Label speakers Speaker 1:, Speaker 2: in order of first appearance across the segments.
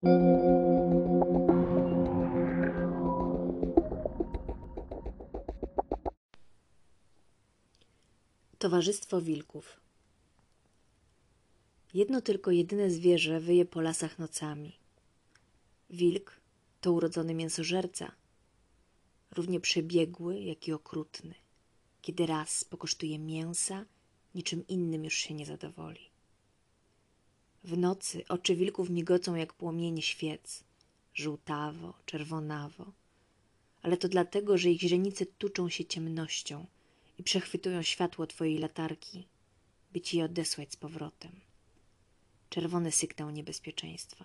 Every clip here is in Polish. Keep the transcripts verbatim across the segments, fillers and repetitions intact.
Speaker 1: Towarzystwo wilków. Jedno tylko jedyne zwierzę wyje po lasach nocami. Wilk to urodzony mięsożerca, równie przebiegły, jak i okrutny. Kiedy raz pokosztuje mięsa, niczym innym już się nie zadowoli. W nocy oczy wilków migocą jak płomienie świec, żółtawo, czerwonawo, ale to dlatego, że ich źrenice tuczą się ciemnością i przechwytują światło twojej latarki, by ci je odesłać z powrotem. Czerwony sygnał niebezpieczeństwa.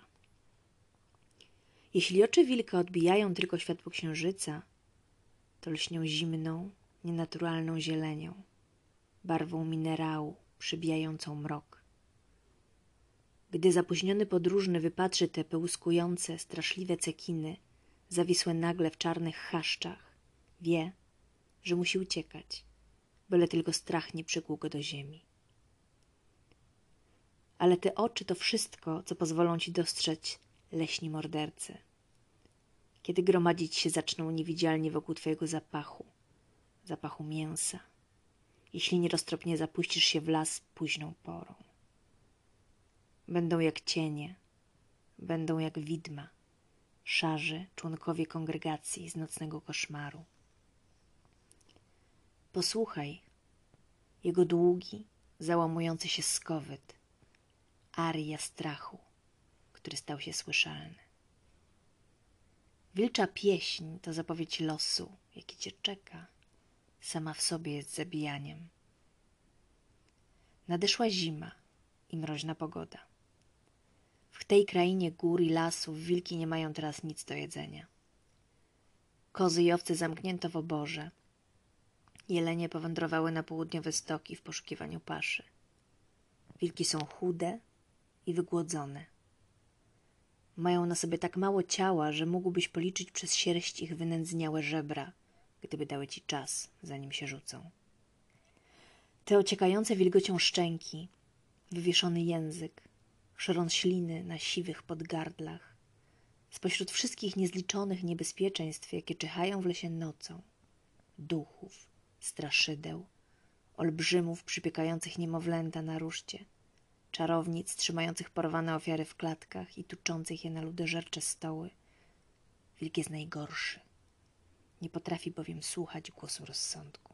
Speaker 1: Jeśli oczy wilka odbijają tylko światło księżyca, to lśnią zimną, nienaturalną zielenią, barwą minerału przybijającą mrok. Gdy zapóźniony podróżny wypatrzy te pełskujące, straszliwe cekiny, zawisłe nagle w czarnych chaszczach, wie, że musi uciekać, byle tylko strach nie przykłuł go do ziemi. Ale te oczy to wszystko, co pozwolą ci dostrzec leśni mordercy. Kiedy gromadzić się zaczną niewidzialnie wokół twojego zapachu, zapachu mięsa, jeśli nieroztropnie zapuścisz się w las późną porą. Będą jak cienie, będą jak widma, szarzy członkowie kongregacji z nocnego koszmaru. Posłuchaj, jego długi, załamujący się skowyt, aria strachu, który stał się słyszalny. Wilcza pieśń to zapowiedź losu, jaki cię czeka, sama w sobie jest zabijaniem. Nadeszła zima i mroźna pogoda. W tej krainie gór i lasów wilki nie mają teraz nic do jedzenia. Kozy i owce zamknięto w oborze. Jelenie powędrowały na południowe stoki w poszukiwaniu paszy. Wilki są chude i wygłodzone. Mają na sobie tak mało ciała, że mógłbyś policzyć przez sierść ich wynędzniałe żebra, gdyby dały ci czas, zanim się rzucą. Te ociekające wilgocią szczęki, wywieszony język, szron śliny na siwych podgardlach, spośród wszystkich niezliczonych niebezpieczeństw, jakie czyhają w lesie nocą, duchów, straszydeł, olbrzymów przypiekających niemowlęta na ruszcie, czarownic trzymających porwane ofiary w klatkach i tuczących je na ludożercze stoły. Wilk jest najgorszy. Nie potrafi bowiem słuchać głosu rozsądku.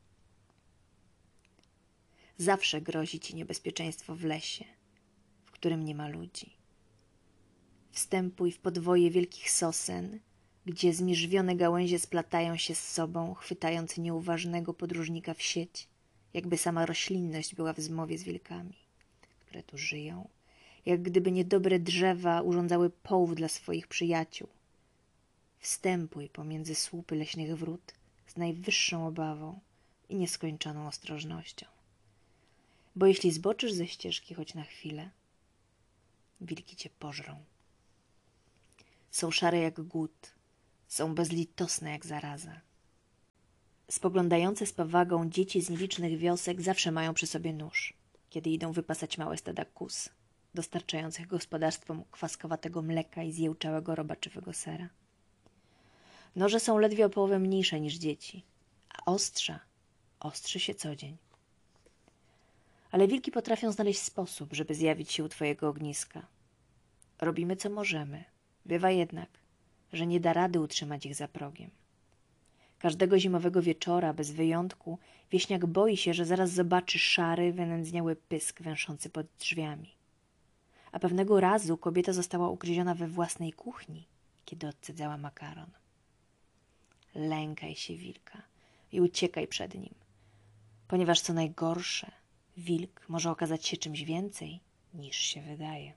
Speaker 1: Zawsze grozi ci niebezpieczeństwo w lesie, w którym nie ma ludzi. Wstępuj w podwoje wielkich sosen, gdzie zmierzwione gałęzie splatają się z sobą, chwytając nieuważnego podróżnika w sieć, jakby sama roślinność była w zmowie z wilkami, które tu żyją, jak gdyby niedobre drzewa urządzały połów dla swoich przyjaciół. Wstępuj pomiędzy słupy leśnych wrót z najwyższą obawą i nieskończoną ostrożnością. Bo jeśli zboczysz ze ścieżki choć na chwilę, wilki cię pożrą. Są szare jak głód, są bezlitosne jak zaraza. Spoglądające z powagą dzieci z nielicznych wiosek zawsze mają przy sobie nóż, kiedy idą wypasać małe stada kóz, dostarczających gospodarstwom kwaskowatego mleka i zjełczałego robaczywego sera. Noże są ledwie o połowę mniejsze niż dzieci, a ostrza ostrzy się co dzień. Ale wilki potrafią znaleźć sposób, żeby zjawić się u twojego ogniska. Robimy co możemy. Bywa jednak, że nie da rady utrzymać ich za progiem. Każdego zimowego wieczora, bez wyjątku, wieśniak boi się, że zaraz zobaczy szary, wynędzniały pysk węszący pod drzwiami. A pewnego razu kobieta została ugryziona we własnej kuchni, kiedy odcedzała makaron. Lękaj się wilka i uciekaj przed nim, ponieważ co najgorsze, wilk może okazać się czymś więcej, niż się wydaje.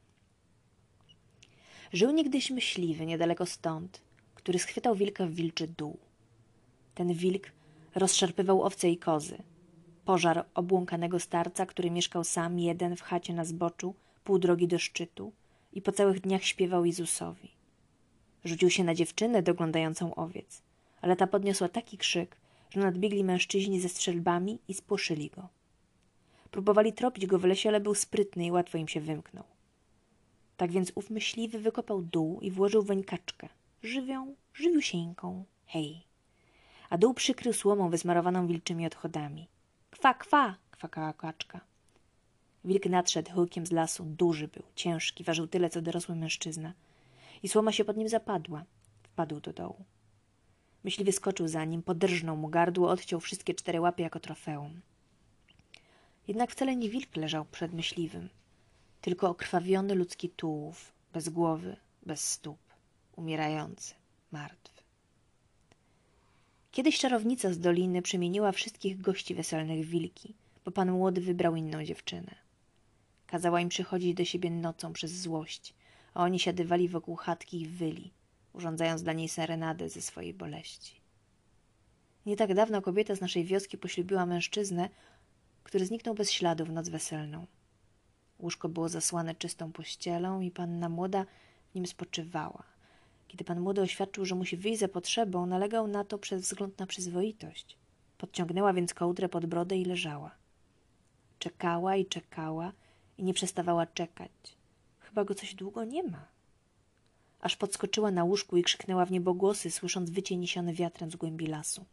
Speaker 1: Żył niegdyś myśliwy niedaleko stąd, który schwytał wilka w wilczy dół. Ten wilk rozszarpywał owce i kozy. Pożar obłąkanego starca, który mieszkał sam jeden w chacie na zboczu, pół drogi do szczytu i po całych dniach śpiewał Jezusowi. Rzucił się na dziewczynę doglądającą owiec, ale ta podniosła taki krzyk, że nadbiegli mężczyźni ze strzelbami i spłoszyli go. Próbowali tropić go w lesie, ale był sprytny i łatwo im się wymknął. Tak więc ów myśliwy wykopał dół i włożył weń kaczkę. Żywią, żywiusieńką, hej. A dół przykrył słomą wysmarowaną wilczymi odchodami. Kwa, kwa, kwakała kaczka. Wilk nadszedł chyłkiem z lasu. Duży był, ciężki, ważył tyle, co dorosły mężczyzna. I słoma się pod nim zapadła. Wpadł do dołu. Myśliwy skoczył za nim, podrżnął mu gardło, odciął wszystkie cztery łapy jako trofeum. Jednak wcale nie wilk leżał przed myśliwym, tylko okrwawiony ludzki tułów, bez głowy, bez stóp, umierający, martwy. Kiedyś czarownica z doliny przemieniła wszystkich gości weselnych w wilki, bo pan młody wybrał inną dziewczynę. Kazała im przychodzić do siebie nocą przez złość, a oni siadywali wokół chatki i wyli, urządzając dla niej serenadę ze swojej boleści. Nie tak dawno kobieta z naszej wioski poślubiła mężczyznę, który zniknął bez śladu w noc weselną. Łóżko było zasłane czystą pościelą i panna młoda w nim spoczywała. Kiedy pan młody oświadczył, że musi wyjść za potrzebą, nalegał na to przez wzgląd na przyzwoitość. Podciągnęła więc kołdrę pod brodę i leżała. Czekała i czekała i nie przestawała czekać. Chyba go coś długo nie ma. Aż podskoczyła na łóżku i krzyknęła w niebogłosy, słysząc wycie niesione wiatrem z głębi lasu.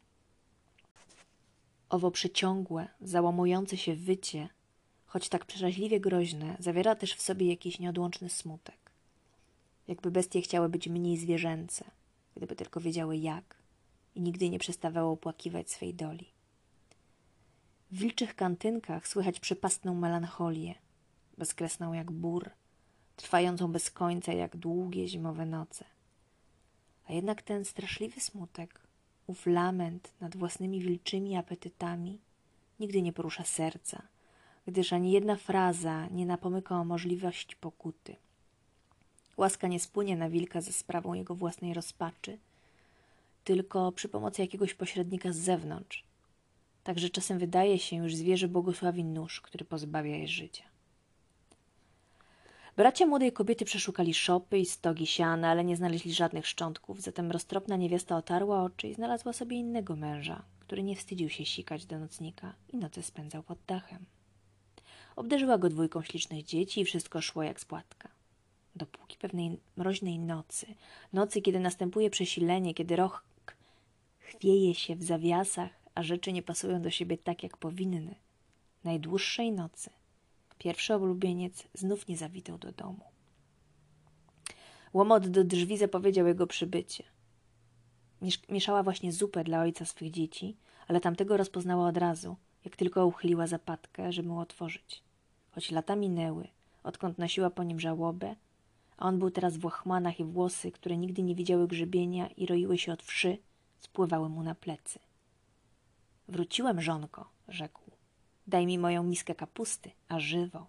Speaker 1: Owo przeciągłe, załamujące się wycie, choć tak przeraźliwie groźne, zawiera też w sobie jakiś nieodłączny smutek. Jakby bestie chciały być mniej zwierzęce, gdyby tylko wiedziały jak i nigdy nie przestawały opłakiwać swej doli. W wilczych kantynkach słychać przepastną melancholię, bezkresną jak bór, trwającą bez końca jak długie zimowe noce. A jednak ten straszliwy smutek, ów lament nad własnymi wilczymi apetytami nigdy nie porusza serca, gdyż ani jedna fraza nie napomyka o możliwości pokuty. Łaska nie spłynie na wilka ze sprawą jego własnej rozpaczy, tylko przy pomocy jakiegoś pośrednika z zewnątrz. Także czasem wydaje się, iż zwierzę błogosławi nóż, który pozbawia je życia. Bracia młodej kobiety przeszukali szopy i stogi siana, ale nie znaleźli żadnych szczątków, zatem roztropna niewiasta otarła oczy i znalazła sobie innego męża, który nie wstydził się sikać do nocnika i noce spędzał pod dachem. Obdarzyła go dwójką ślicznych dzieci i wszystko szło jak z płatka. Dopóki pewnej mroźnej nocy, nocy, kiedy następuje przesilenie, kiedy rok chwieje się w zawiasach, a rzeczy nie pasują do siebie tak, jak powinny, najdłuższej nocy, pierwszy oblubieniec znów nie zawitał do domu. Łomot do drzwi zapowiedział jego przybycie. Mieszała właśnie zupę dla ojca swych dzieci, ale tamtego rozpoznała od razu, jak tylko uchyliła zapadkę, żeby mu otworzyć. Choć lata minęły, odkąd nosiła po nim żałobę, a on był teraz w łachmanach i włosy, które nigdy nie widziały grzebienia i roiły się od wszy, spływały mu na plecy. Wróciłem, żonko, rzekł. Daj mi moją miskę kapusty, a żywo.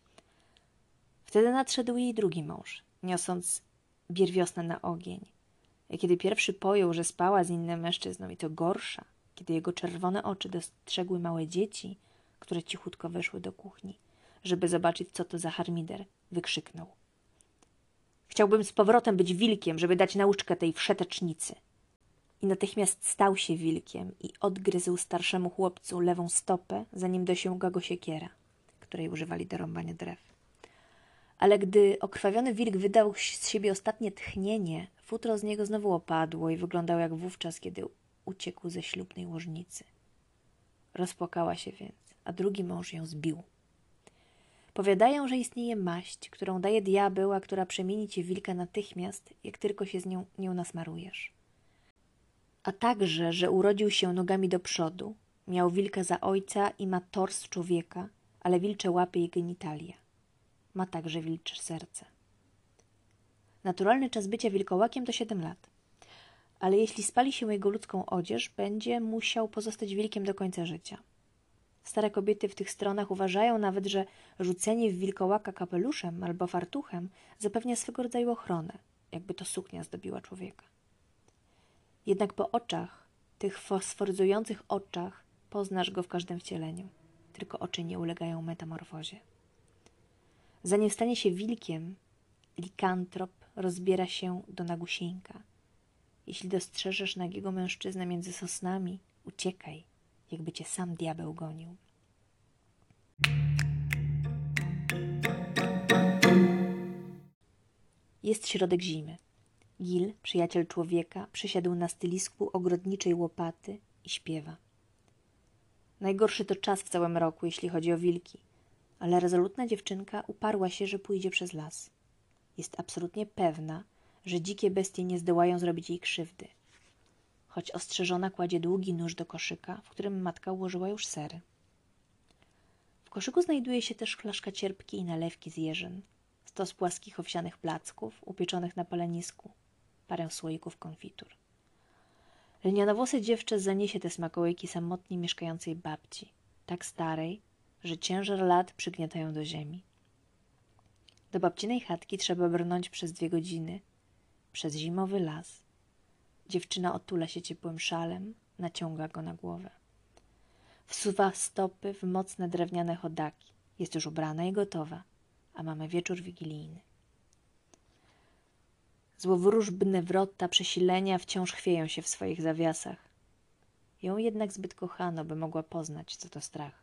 Speaker 1: Wtedy nadszedł jej drugi mąż, niosąc bierwiosnę na ogień. I kiedy pierwszy pojął, że spała z innym mężczyzną i to gorsza, kiedy jego czerwone oczy dostrzegły małe dzieci, które cichutko weszły do kuchni, żeby zobaczyć, co to za harmider, wykrzyknął. Chciałbym z powrotem być wilkiem, żeby dać nauczkę tej wszetecznicy. I natychmiast stał się wilkiem i odgryzł starszemu chłopcu lewą stopę, zanim dosięgła go siekiera, której używali do rąbania drew. Ale gdy okrwawiony wilk wydał z siebie ostatnie tchnienie, futro z niego znowu opadło i wyglądał jak wówczas, kiedy uciekł ze ślubnej łożnicy. Rozpłakała się więc, a drugi mąż ją zbił. Powiadają, że istnieje maść, którą daje diabeł, a która przemieni cię w wilka natychmiast, jak tylko się z nią, nią nasmarujesz. A także, że urodził się nogami do przodu, miał wilka za ojca i ma tors człowieka, ale wilcze łapy i genitalia. Ma także wilcze serce. Naturalny czas bycia wilkołakiem to siedem lat. Ale jeśli spali się jego ludzką odzież, będzie musiał pozostać wilkiem do końca życia. Stare kobiety w tych stronach uważają nawet, że rzucenie w wilkołaka kapeluszem albo fartuchem zapewnia swego rodzaju ochronę, jakby to suknia zdobiła człowieka. Jednak po oczach, tych fosforyzujących oczach, poznasz go w każdym wcieleniu. Tylko oczy nie ulegają metamorfozie. Zanim stanie się wilkiem, likantrop rozbiera się do nagusieńka. Jeśli dostrzeżesz nagiego mężczyznę między sosnami, uciekaj, jakby cię sam diabeł gonił. Jest środek zimy. Gil, przyjaciel człowieka, przysiadł na stylisku ogrodniczej łopaty i śpiewa. Najgorszy to czas w całym roku, jeśli chodzi o wilki, ale rezolutna dziewczynka uparła się, że pójdzie przez las. Jest absolutnie pewna, że dzikie bestie nie zdołają zrobić jej krzywdy, choć ostrzeżona kładzie długi nóż do koszyka, w którym matka ułożyła już sery. W koszyku znajduje się też flaszka cierpki i nalewki z jeżyn, stos płaskich owsianych placków upieczonych na palenisku, parę słoików konfitur. Lnianowłose dziewczę zaniesie te smakołyki samotnie mieszkającej babci, tak starej, że ciężar lat przygniata ją do ziemi. Do babcinej chatki trzeba brnąć przez dwie godziny, przez zimowy las. Dziewczyna otula się ciepłym szalem, naciąga go na głowę. Wsuwa stopy w mocne drewniane chodaki. Jest już ubrana i gotowa, a mamy wieczór wigilijny. Złowróżbne wrota przesilenia wciąż chwieją się w swoich zawiasach. Ją jednak zbyt kochano, by mogła poznać, co to strach.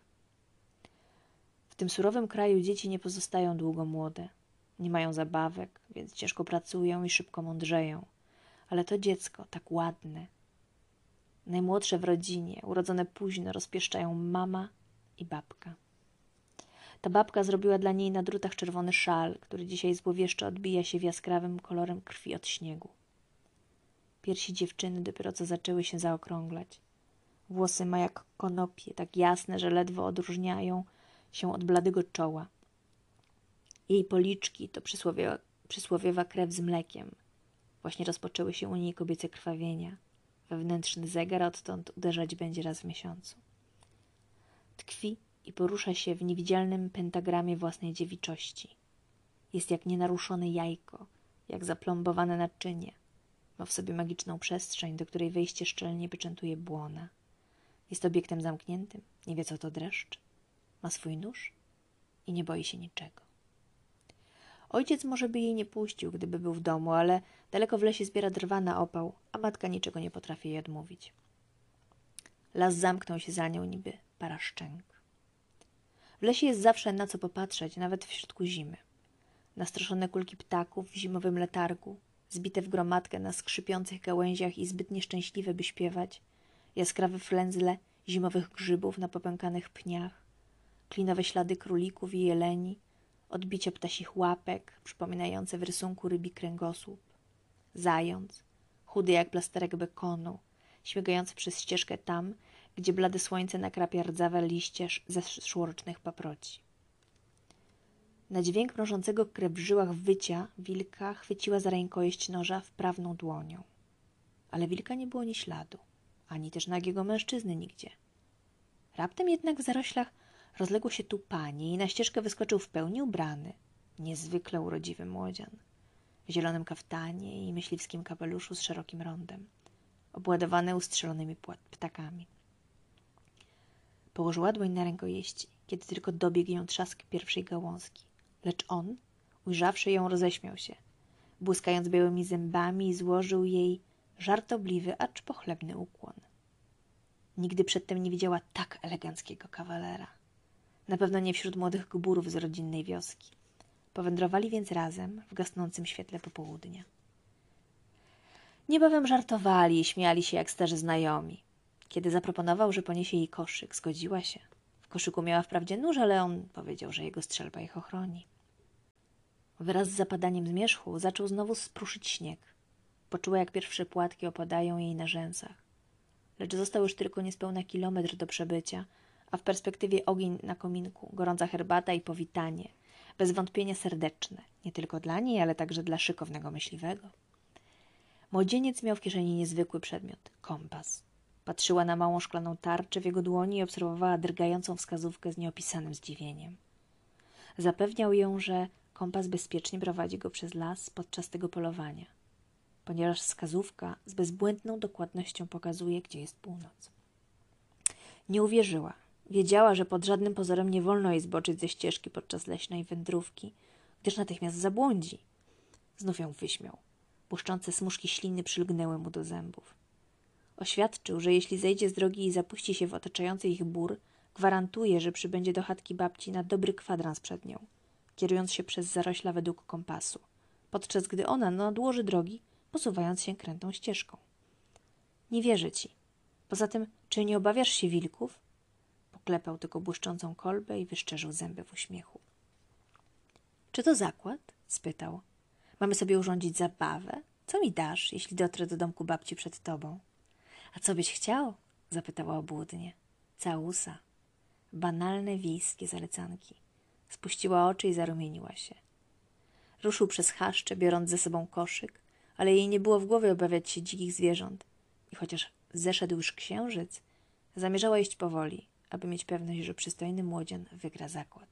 Speaker 1: W tym surowym kraju dzieci nie pozostają długo młode. Nie mają zabawek, więc ciężko pracują i szybko mądrzeją. Ale to dziecko, tak ładne, najmłodsze w rodzinie, urodzone późno, rozpieszczają mama i babka. Ta babka zrobiła dla niej na drutach czerwony szal, który dzisiaj złowieszczo odbija się w jaskrawym kolorem krwi od śniegu. Piersi dziewczyny dopiero co zaczęły się zaokrąglać. Włosy ma jak konopie, tak jasne, że ledwo odróżniają się od bladego czoła. Jej policzki to przysłowiowa, przysłowiowa krew z mlekiem. Właśnie rozpoczęły się u niej kobiece krwawienia. Wewnętrzny zegar odtąd uderzać będzie raz w miesiącu. Tkwi i porusza się w niewidzialnym pentagramie własnej dziewiczości. Jest jak nienaruszone jajko, jak zaplombowane naczynie. Ma w sobie magiczną przestrzeń, do której wejście szczelnie pieczętuje błona. Jest obiektem zamkniętym, nie wie co to dreszcz. Ma swój nóż i nie boi się niczego. Ojciec może by jej nie puścił, gdyby był w domu, ale daleko w lesie zbiera drwa na opał, a matka niczego nie potrafi jej odmówić. Las zamknął się za nią niby para szczęk. W lesie jest zawsze na co popatrzeć, nawet w środku zimy. Nastroszone kulki ptaków w zimowym letargu, zbite w gromadkę na skrzypiących gałęziach i zbyt nieszczęśliwe, by śpiewać, jaskrawe flędzle zimowych grzybów na popękanych pniach, klinowe ślady królików i jeleni, odbicia ptasich łapek, przypominające w rysunku rybi kręgosłup. Zając, chudy jak plasterek bekonu, śmigający przez ścieżkę tam, gdzie blade słońce nakrapia rdzawe liście ze szłorocznych paproci. Na dźwięk mrożącego krew w żyłach wycia wilka chwyciła za rękojeść noża wprawną dłonią. Ale wilka nie było ni śladu, ani też nagiego mężczyzny nigdzie. Raptem jednak w zaroślach rozległo się tupanie i na ścieżkę wyskoczył w pełni ubrany, niezwykle urodziwy młodzian, w zielonym kaftanie i myśliwskim kapeluszu z szerokim rondem, obładowany ustrzelonymi ptakami. Położyła dłoń na rękojeści, kiedy tylko dobiegł ją trzask pierwszej gałązki. Lecz on, ujrzawszy ją, roześmiał się, błyskając białymi zębami i złożył jej żartobliwy, acz pochlebny ukłon. Nigdy przedtem nie widziała tak eleganckiego kawalera. Na pewno nie wśród młodych gburów z rodzinnej wioski. Powędrowali więc razem w gasnącym świetle popołudnia. Niebawem żartowali i śmiali się jak starzy znajomi. Kiedy zaproponował, że poniesie jej koszyk, zgodziła się. W koszyku miała wprawdzie nóż, ale on powiedział, że jego strzelba ich ochroni. Wraz z zapadaniem zmierzchu zaczął znowu spruszyć śnieg. Poczuła, jak pierwsze płatki opadają jej na rzęsach. Lecz został już tylko niespełna kilometr do przebycia, a w perspektywie ogień na kominku, gorąca herbata i powitanie, bez wątpienia serdeczne, nie tylko dla niej, ale także dla szykownego myśliwego. Młodzieniec miał w kieszeni niezwykły przedmiot – kompas. Patrzyła na małą szklaną tarczę w jego dłoni i obserwowała drgającą wskazówkę z nieopisanym zdziwieniem. Zapewniał ją, że kompas bezpiecznie prowadzi go przez las podczas tego polowania, ponieważ wskazówka z bezbłędną dokładnością pokazuje, gdzie jest północ. Nie uwierzyła. Wiedziała, że pod żadnym pozorem nie wolno jej zboczyć ze ścieżki podczas leśnej wędrówki, gdyż natychmiast zabłądzi. Znów ją wyśmiał. Błyszczące smuszki śliny przylgnęły mu do zębów. Oświadczył, że jeśli zejdzie z drogi i zapuści się w otaczający ich bór, gwarantuje, że przybędzie do chatki babci na dobry kwadrans przed nią, kierując się przez zarośla według kompasu, podczas gdy ona nadłoży drogi, posuwając się krętą ścieżką. Nie wierzę ci. Poza tym, czy nie obawiasz się wilków? Poklepał tylko błyszczącą kolbę i wyszczerzył zęby w uśmiechu. Czy to zakład? Spytał. Mamy sobie urządzić zabawę? Co mi dasz, jeśli dotrę do domku babci przed tobą? A co byś chciał? Zapytała obłudnie. Całusa. Banalne wiejskie zalecanki. Spuściła oczy i zarumieniła się. Ruszył przez chaszcze, biorąc ze sobą koszyk, ale jej nie było w głowie obawiać się dzikich zwierząt. I chociaż zeszedł już księżyc, zamierzała iść powoli, aby mieć pewność, że przystojny młodzian wygra zakład.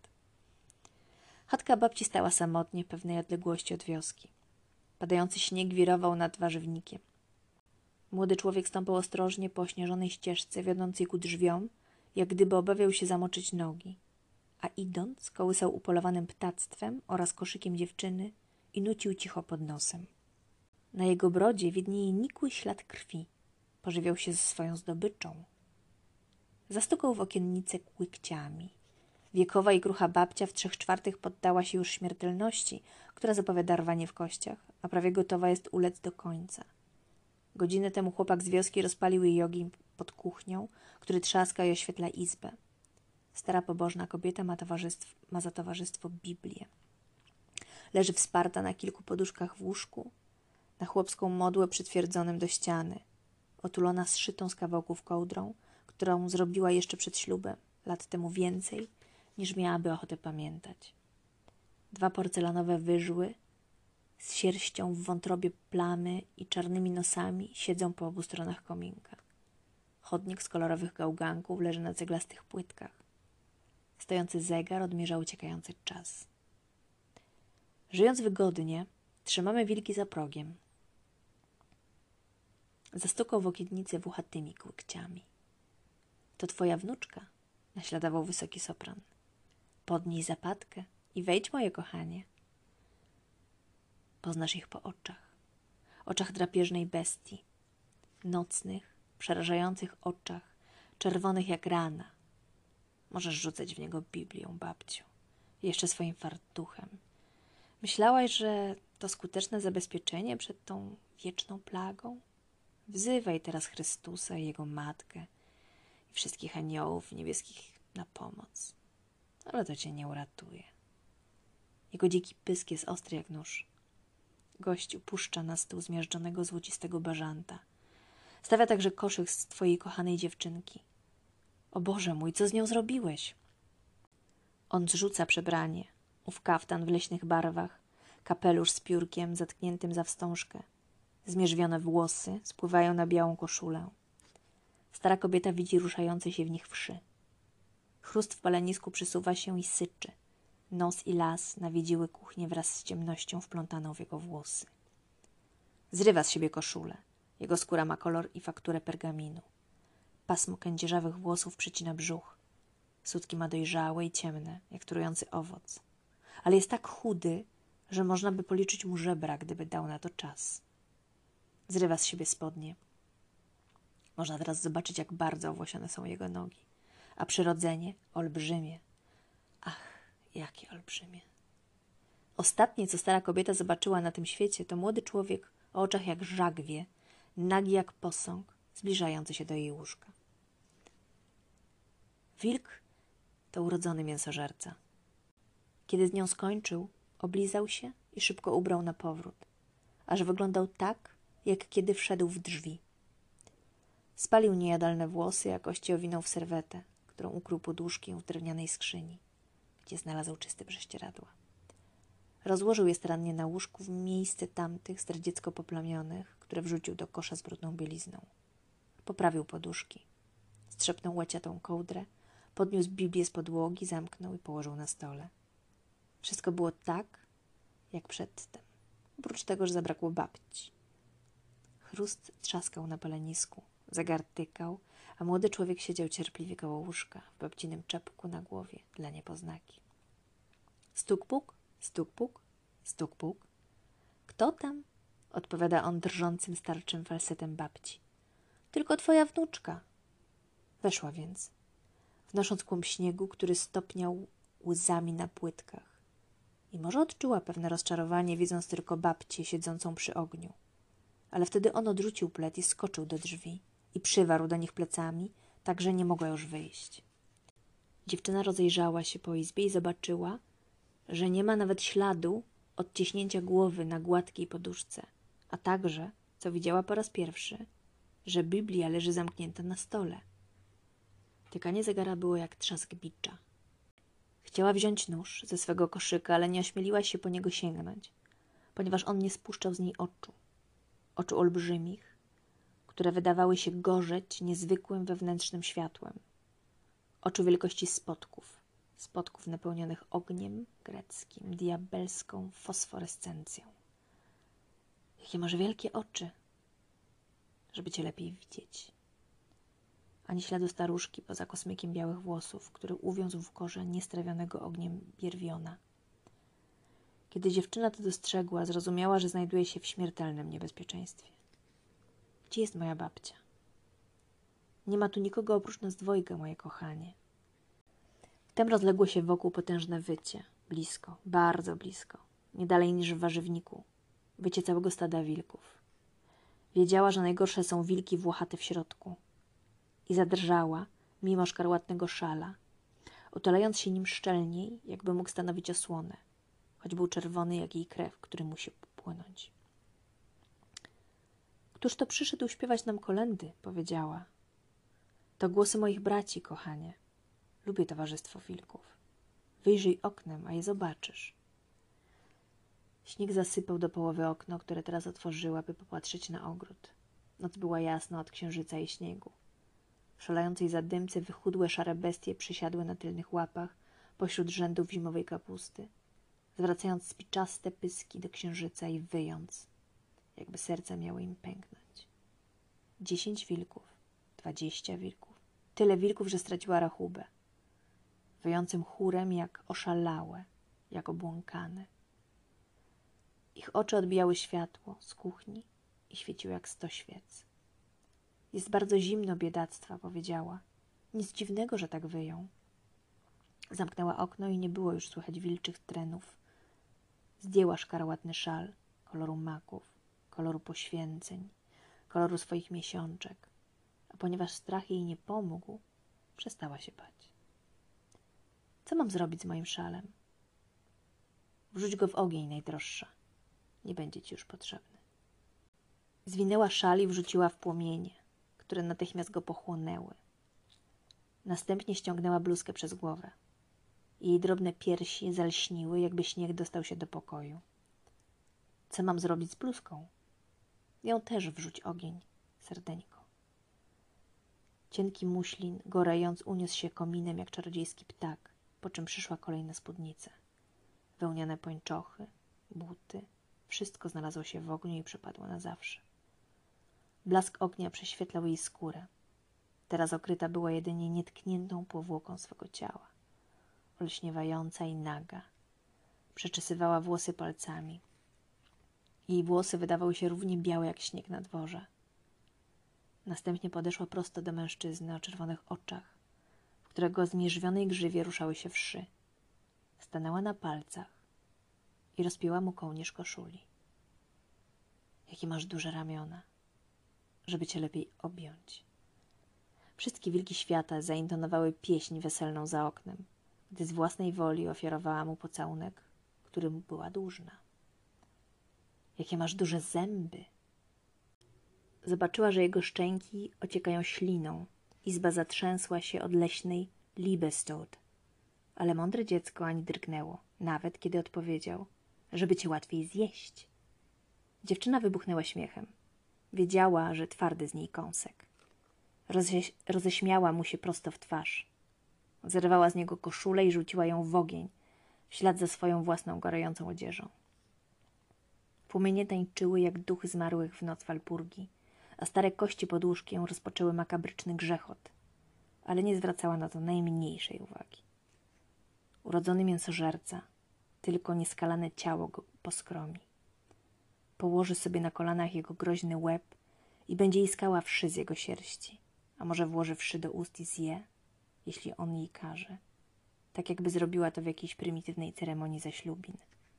Speaker 1: Chatka babci stała samotnie w pewnej odległości od wioski. Padający śnieg wirował nad warzywnikiem. Młody człowiek stąpał ostrożnie po ośnieżonej ścieżce wiodącej ku drzwiom, jak gdyby obawiał się zamoczyć nogi, a idąc kołysał upolowanym ptactwem oraz koszykiem dziewczyny i nucił cicho pod nosem. Na jego brodzie widnieje nikły ślad krwi. Pożywiał się ze swoją zdobyczą. Zastukał w okiennicę łykciami. Wiekowa i krucha babcia w trzech czwartych poddała się już śmiertelności, która zapowiada rwanie w kościach, a prawie gotowa jest ulec do końca. Godzinę temu chłopak z wioski rozpalił jej ogień pod kuchnią, który trzaska i oświetla izbę. Stara pobożna kobieta ma, ma za towarzystwo Biblię. Leży wsparta na kilku poduszkach w łóżku, na chłopską modłę przytwierdzonym do ściany, otulona zszytą z kawałków kołdrą, którą zrobiła jeszcze przed ślubem, lat temu więcej, niż miałaby ochotę pamiętać. Dwa porcelanowe wyżły z sierścią w wątrobie plamy i czarnymi nosami siedzą po obu stronach kominka. Chodnik z kolorowych gałganków leży na ceglastych płytkach. Stojący zegar odmierza uciekający czas. Żyjąc wygodnie, trzymamy wilki za progiem. Zastukał w okiennicę włochatymi kłykciami. To twoja wnuczka, naśladował wysoki sopran. Podnij zapadkę i wejdź, moje kochanie. Poznasz ich po oczach. Oczach drapieżnej bestii. Nocnych, przerażających oczach, czerwonych jak rana. Możesz rzucać w niego Biblią, babciu. Jeszcze swoim fartuchem. Myślałaś, że to skuteczne zabezpieczenie przed tą wieczną plagą? Wzywaj teraz Chrystusa i Jego Matkę i wszystkich aniołów niebieskich na pomoc. Ale to cię nie uratuje. Jego dziki pysk jest ostry jak nóż. Gość upuszcza na stół zmiażdżonego złocistego bażanta. Stawia także koszyk z twojej kochanej dziewczynki. O Boże mój, co z nią zrobiłeś? On zrzuca przebranie, ów kaftan w leśnych barwach, kapelusz z piórkiem zatkniętym za wstążkę. Zmierzwione włosy spływają na białą koszulę. Stara kobieta widzi ruszające się w nich wszy. Chrust w palenisku przysuwa się i syczy. Nos i las nawiedziły kuchnię wraz z ciemnością wplątaną w jego włosy. Zrywa z siebie koszulę. Jego skóra ma kolor i fakturę pergaminu. Pasmo kędzierzawych włosów przycina brzuch. Sutki ma dojrzałe i ciemne, jak trujący owoc. Ale jest tak chudy, że można by policzyć mu żebra, gdyby dał na to czas. Zrywa z siebie spodnie. Można teraz zobaczyć, jak bardzo owłosione są jego nogi. A przyrodzenie olbrzymie. Ach, jakie olbrzymie. Ostatnie, co stara kobieta zobaczyła na tym świecie, to młody człowiek o oczach jak żagwie, nagi jak posąg, zbliżający się do jej łóżka. Wilk to urodzony mięsożerca. Kiedy z nią skończył, oblizał się i szybko ubrał na powrót, aż wyglądał tak, jak kiedy wszedł w drzwi. Spalił niejadalne włosy, jakości owinął w serwetę, którą ukrył pod łóżkiem w drewnianej skrzyni, gdzie znalazł czyste prześcieradła. Rozłożył je starannie na łóżku w miejsce tamtych zdradziecko poplamionych, które wrzucił do kosza z brudną bielizną. Poprawił poduszki. Strzepnął łaciatą kołdrę, podniósł Biblię z podłogi, zamknął i położył na stole. Wszystko było tak, jak przedtem, oprócz tego, że zabrakło babci. Chrust trzaskał na palenisku, zegar tykał, a młody człowiek siedział cierpliwie koło łóżka, w babcinym czepku na głowie, dla niepoznaki. Stuk puk, stuk puk, stuk puk. Kto tam? Odpowiada on drżącym starczym falsetem babci. Tylko twoja wnuczka. Weszła więc, wnosząc kłąb śniegu, który stopniał łzami na płytkach. I może odczuła pewne rozczarowanie, widząc tylko babcię siedzącą przy ogniu. Ale wtedy on odrzucił plet i skoczył do drzwi i przywarł do nich plecami, tak że nie mogła już wyjść. Dziewczyna rozejrzała się po izbie i zobaczyła, że nie ma nawet śladu odciśnięcia głowy na gładkiej poduszce, a także, co widziała po raz pierwszy, że Biblia leży zamknięta na stole. Tykanie zegara było jak trzask bicza. Chciała wziąć nóż ze swego koszyka, ale nie ośmieliła się po niego sięgnąć, ponieważ on nie spuszczał z niej oczu. Oczu olbrzymich, które wydawały się gorzeć niezwykłym wewnętrznym światłem. Oczu wielkości spotków, spotków napełnionych ogniem greckim, diabelską fosforescencją. Jakie masz wielkie oczy, żeby cię lepiej widzieć. Ani śladu staruszki poza kosmykiem białych włosów, który uwiązł w korze niestrawionego ogniem bierwiona. Kiedy dziewczyna to dostrzegła, zrozumiała, że znajduje się w śmiertelnym niebezpieczeństwie. Gdzie jest moja babcia? Nie ma tu nikogo oprócz nas dwojga, moje kochanie. Wtem rozległo się wokół potężne wycie. Blisko, bardzo blisko. Nie dalej niż w warzywniku. Wycie całego stada wilków. Wiedziała, że najgorsze są wilki włochate w środku. I zadrżała, mimo szkarłatnego szala, otulając się nim szczelniej, jakby mógł stanowić osłonę, choć był czerwony jak jej krew, który musi popłynąć. Któż to przyszedł śpiewać nam kolędy, powiedziała. To głosy moich braci, kochanie. Lubię towarzystwo wilków. Wyjrzyj oknem, a je zobaczysz. Śnieg zasypał do połowy okno, które teraz otworzyła, by popatrzeć na ogród. Noc była jasna od księżyca i śniegu. W szalejącej zadymce wychudłe szare bestie przysiadły na tylnych łapach pośród rzędów zimowej kapusty, zwracając spiczaste pyski do księżyca i wyjąc, jakby serce miało im pęknąć. Dziesięć wilków, dwadzieścia wilków, tyle wilków, że straciła rachubę, wyjącym chórem jak oszalałe, jak obłąkane. Ich oczy odbijały światło z kuchni i świeciły jak sto świec. Jest bardzo zimno, biedactwa, powiedziała. Nic dziwnego, że tak wyją. Zamknęła okno i nie było już słychać wilczych trenów. Zdjęła szkarłatny szal koloru maków, koloru poświęceń, koloru swoich miesiączek, a ponieważ strach jej nie pomógł, przestała się bać. Co mam zrobić z moim szalem? Wrzuć go w ogień, najdroższa. Nie będzie ci już potrzebny. Zwinęła szal i wrzuciła w płomienie, które natychmiast go pochłonęły. Następnie ściągnęła bluzkę przez głowę. Jej drobne piersi zalśniły, jakby śnieg dostał się do pokoju. Co mam zrobić z bluzką? Ją też wrzuć ogień, serdeńko. Cienki muślin, gorejąc, uniósł się kominem jak czarodziejski ptak, po czym przyszła kolej na spódnicę. Wełniane pończochy, buty, wszystko znalazło się w ogniu i przepadło na zawsze. Blask ognia prześwietlał jej skórę. Teraz okryta była jedynie nietkniętą powłoką swego ciała. Olśniewająca i naga. Przeczesywała włosy palcami. Jej włosy wydawały się równie białe jak śnieg na dworze. Następnie podeszła prosto do mężczyzny o czerwonych oczach, w którego zmierzwionej grzywie ruszały się wszy. Stanęła na palcach i rozpięła mu kołnierz koszuli. Jakie masz duże ramiona, żeby cię lepiej objąć. Wszystkie wilki świata zaintonowały pieśń weselną za oknem, gdy z własnej woli ofiarowała mu pocałunek, który mu była dłużna. Jakie masz duże zęby! Zobaczyła, że jego szczęki ociekają śliną. Izba zatrzęsła się od leśnej Liebestod. Ale mądre dziecko ani drgnęło, nawet kiedy odpowiedział, żeby cię łatwiej zjeść. Dziewczyna wybuchnęła śmiechem. Wiedziała, że twardy z niej kąsek. Roześ roześmiała mu się prosto w twarz. Zerwała z niego koszulę i rzuciła ją w ogień, w ślad za swoją własną gorącą odzieżą. Płomienie tańczyły jak duchy zmarłych w noc Walpurgi, a stare kości pod łóżkiem rozpoczęły makabryczny grzechot, ale nie zwracała na to najmniejszej uwagi. Urodzony mięsożerca, tylko nieskalane ciało go poskromi. Położy sobie na kolanach jego groźny łeb i będzie iskała wszy z jego sierści, a może włoży wszy do ust i zje, jeśli on jej każe, tak jakby zrobiła to w jakiejś prymitywnej ceremonii zaślubin.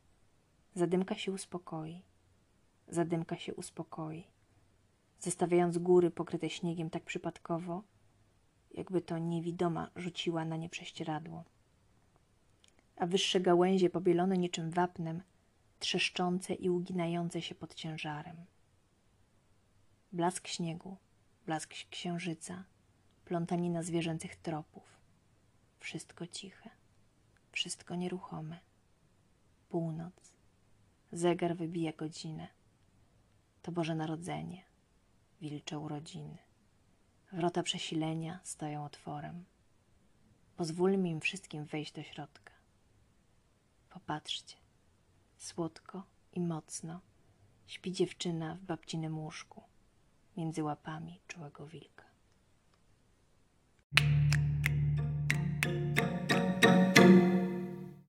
Speaker 1: Zadymka się uspokoi, zadymka się uspokoi, zostawiając góry pokryte śniegiem tak przypadkowo, jakby to niewidoma rzuciła na nie prześcieradło. A wyższe gałęzie pobielone niczym wapnem, trzeszczące i uginające się pod ciężarem. Blask śniegu, blask księżyca, plątanina zwierzęcych tropów. Wszystko ciche, wszystko nieruchome. Północ. Zegar wybija godzinę. To Boże Narodzenie, wilcze urodziny. Wrota przesilenia stoją otworem. Pozwólmy im wszystkim wejść do środka. Popatrzcie, słodko i mocno śpi dziewczyna w babcinem łóżku, między łapami czułego wilka.